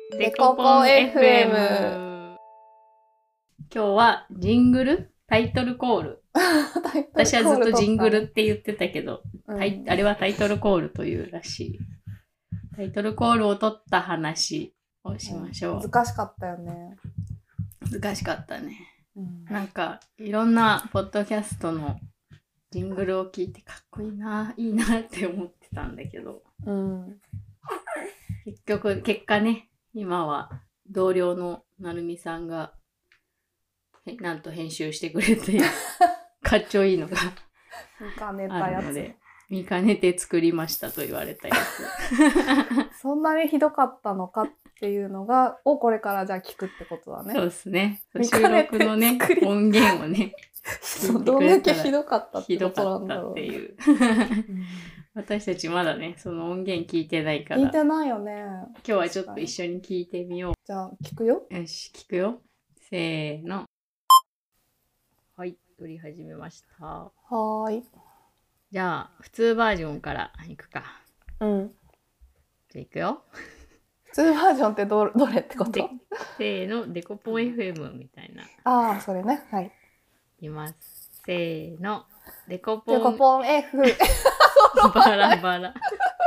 デコポン FM。今日はジングルタイトルコール。私はずっとジングルって言ってたけど、あれはタイトルコールというらしい。タイトルコールを取った話をしましょう。 難しかったよね。 難しかったね。なんかいろんなポッドキャストのジングルを聞いてかっこいいな、いいなって思ってたんだけど、結果ね、今は同僚のなるみさんがなんと編集してくれてかっちょいいのがあるので、見かねて作りましたと言われたやつ。 そんなにひどかったのかっていうのがをこれからじゃあ聞くってことだね。 そうですね。収録のね音源をねどんだけひどかったってことなんだろう。 ひどかったっていう。私たちまだねその音源聞いてないから。 聞いてないよね。 今日はちょっと一緒に聞いてみよう。 じゃあ聞くよ。 よし、聞くよ。せーの。はい、撮り始めました。 はーい。 じゃあ普通バージョンからいくか。じゃあいくよ。 普通バージョンってどれってこと？ せーの、デコポン FM みたいな。 ああ、それね。はい。 いきます。せーの、デコポン F。 バラバラ。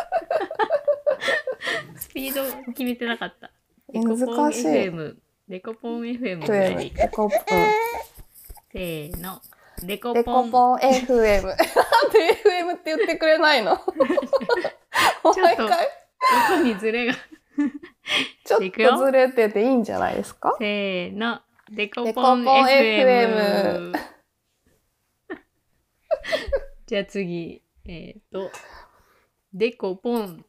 スピード決めてなかった。 デコポン FM。 デコポン FM ぐらいでいく。せーの、デコポン FM。なんで FM って言ってくれないの？ ちょっと音にズレがちょっとずれてていいんじゃないですか？ せーの、デコポン FM。じゃあ次、デコポン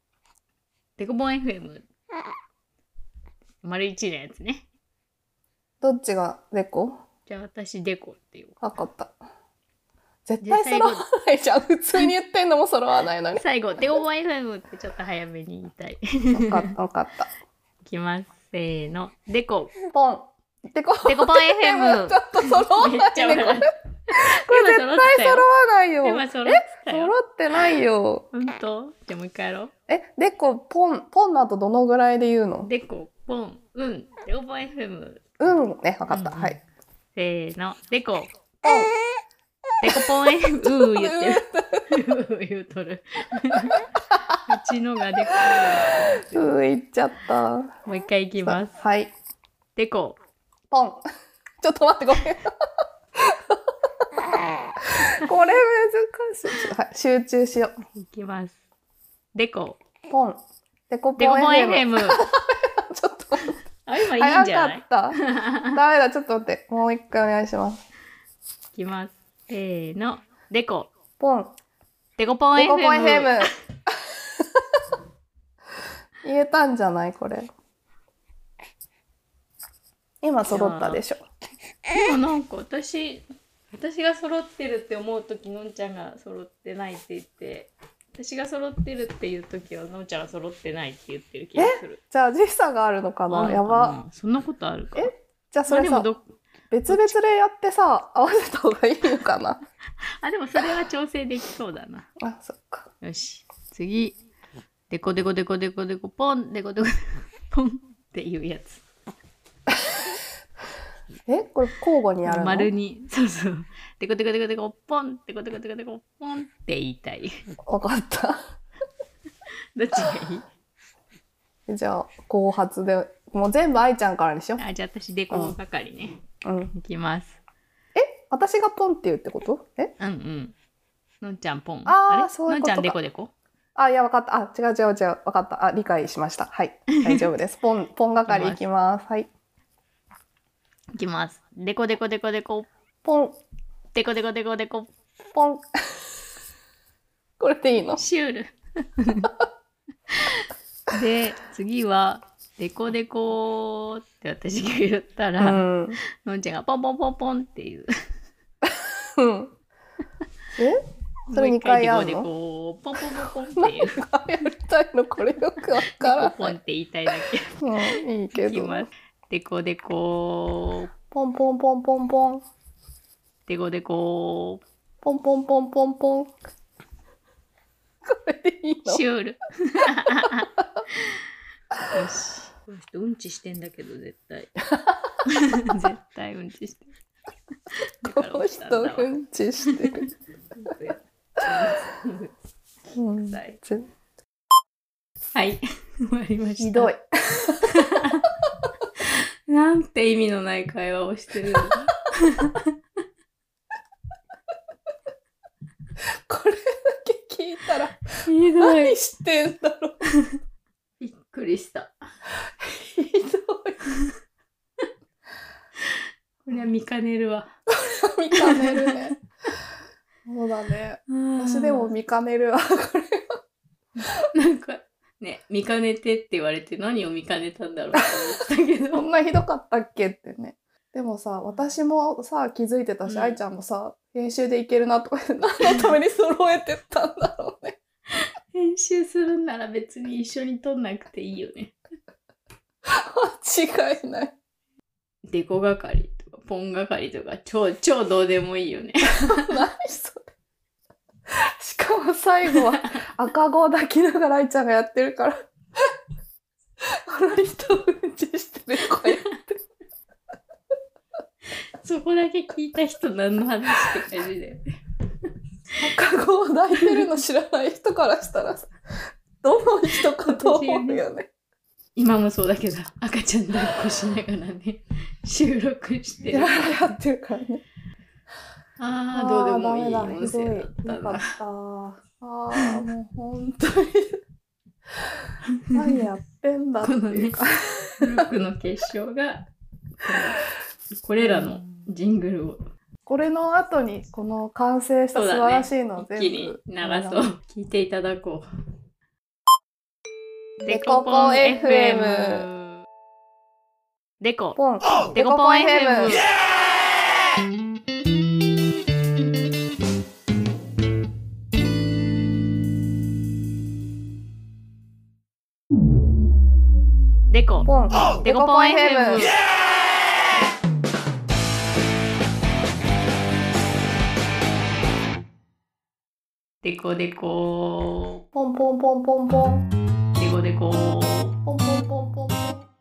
FM。丸1のやつね。 どっちがデコ？ じゃあ私デコって言う。 わかった。絶対揃わないじゃん。普通に言ってんのも揃わないのに。 最後、デコポン FM ってちょっと早めに言いたい。 わかった。 いきます。せーの。デコポン。デコポン FM。 ちょっと揃わないね。これ絶対揃わないよ。 今揃ってないよ。 ほんと？じゃあもう一回やろう。 デコポンの後どのぐらいで言うの？ デコポン、デコポン FM。 ね、わかった。はい。 せーの。デコポン。デコポン FM。言ってる。言うとる。うちのがデコ。 言っちゃった。 もう一回いきます。 はい。 デコポン。ちょっと待ってごめん。これ難しい。集中しよう。いきます。デコポン。デコポン FM。 ちょっと。 今いいんじゃない？ 早かった。ダメだ、ちょっと待って。もう一回お願いします。 いきます。せーの。デコポン。 デコポン FM。 言えたんじゃないこれ。今揃ったでしょ。 でもなんか私が揃ってるって思うときのんちゃんが揃ってないって言って、私が揃ってるっていうときはのんちゃんが揃ってないって言ってる気がする。 じゃあ時差があるのかな？やば。 そんなことあるか。 じゃあそれさ、別々でやってさ、合わせた方がいいのかな？ でもそれは調整できそうだな。 そっか。 よし。次。デコデコデコデコデコポン、デコデコポンっていうやつ。 これ交互にやるの？ 丸に。そうそう。デコデコデコデコポン、デコデコデコデコポンって言いたい。 わかった。 どっちがいい？じゃあ後発でもう全部愛ちゃんからにしよう。 じゃあ私デコ係ね。いきます。 私がポンって言うってこと？ のんちゃんポン。 そういうことか。 のんちゃんデコデコ。 いやわかった。違うわかった。理解しました。はい。大丈夫です。ポン係いきます。はい。 いきます。デコデコデコデコポン。 デコデコデコデコポン。これでいいの？ シュール。で次はデコデコって私が言ったら、のんちゃんがポンポンポンポンっていう。 それ2回やるの？ デコデコポンポンポンポンっていう。 やりたいのこれよくわからない。 デコポンって言いたいだけ。 いいけど。 いきます。デコデコポンポンポンポンポン。 デコデコポンポンポンポンポン。これでいいの？ シュール。よし。 この人うんちしてんだけど絶対絶対うんちしてる。 この人うんちしてる。 はい、終わりました。 ひどい。 なんて意味のない会話をしてるんだ。 これだけ聞いたらひどい。 何してんだろう。 びっくりした。 ひどい。 これは見かねるわ。 見かねるね。そうだね。私でも見かねるわ、これは。なんかね、見かねてって言われて何を見かねたんだろうと思ったけど。 そんなひどかったっけってね。でもさ、私もさ、気づいてたし、愛ちゃんもさ、編集でいけるなとか言って、何のために揃えてったんだろうね。 編集するんなら別に一緒に撮んなくていいよね。 間違いない。 デコ係とか、ポン係とか、超どうでもいいよね。 何それ。しかも最後は赤子を抱きながら愛ちゃんがやってるから、この人うんちしてるとか言って。 そこだけ聞いた人何の話って感じだよね。 赤子を抱いてるの知らない人からしたらさ、どの人かと思うよね。 今もそうだけど、赤ちゃん抱っこしながらね、収録してる。 やってるからね。 ああ、どうでもいい音ひどい。 声だったな。 ああ、もう本当に。何やってんだっていうか。 このね、ブロックの結晶が、これらのジングルを。 これの後に、この完成した素晴らしいのを全部、 一気に流そう。聞いていただこう。 デコポン FM。 デコポン。 デコポン FM。デコポン。 デコポン FM。デコデコポンポンポンポンポン。 デコデコポンポンポンポンポン。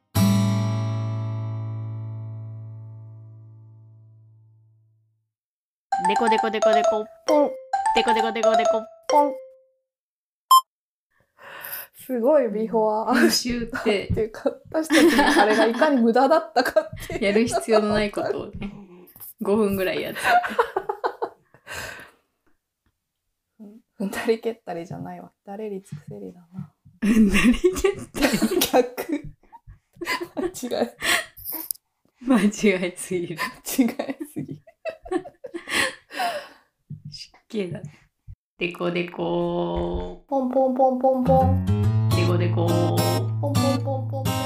デコデコデコデコポン。 デコデコデコデコポン。すごいビフォア。 編集ってっていうか、私たちのあれがいかに無駄だったかっていう。 やる必要のないことをね、5分ぐらいやって。 うんだり蹴ったりじゃないわ。誰りつくせりだな。 うんだり蹴ったり逆。 間違いすぎる。 違いすぎる。 失敬だ。デコデコポンポンポンポンポン。 デコデコポンポンポンポンポン。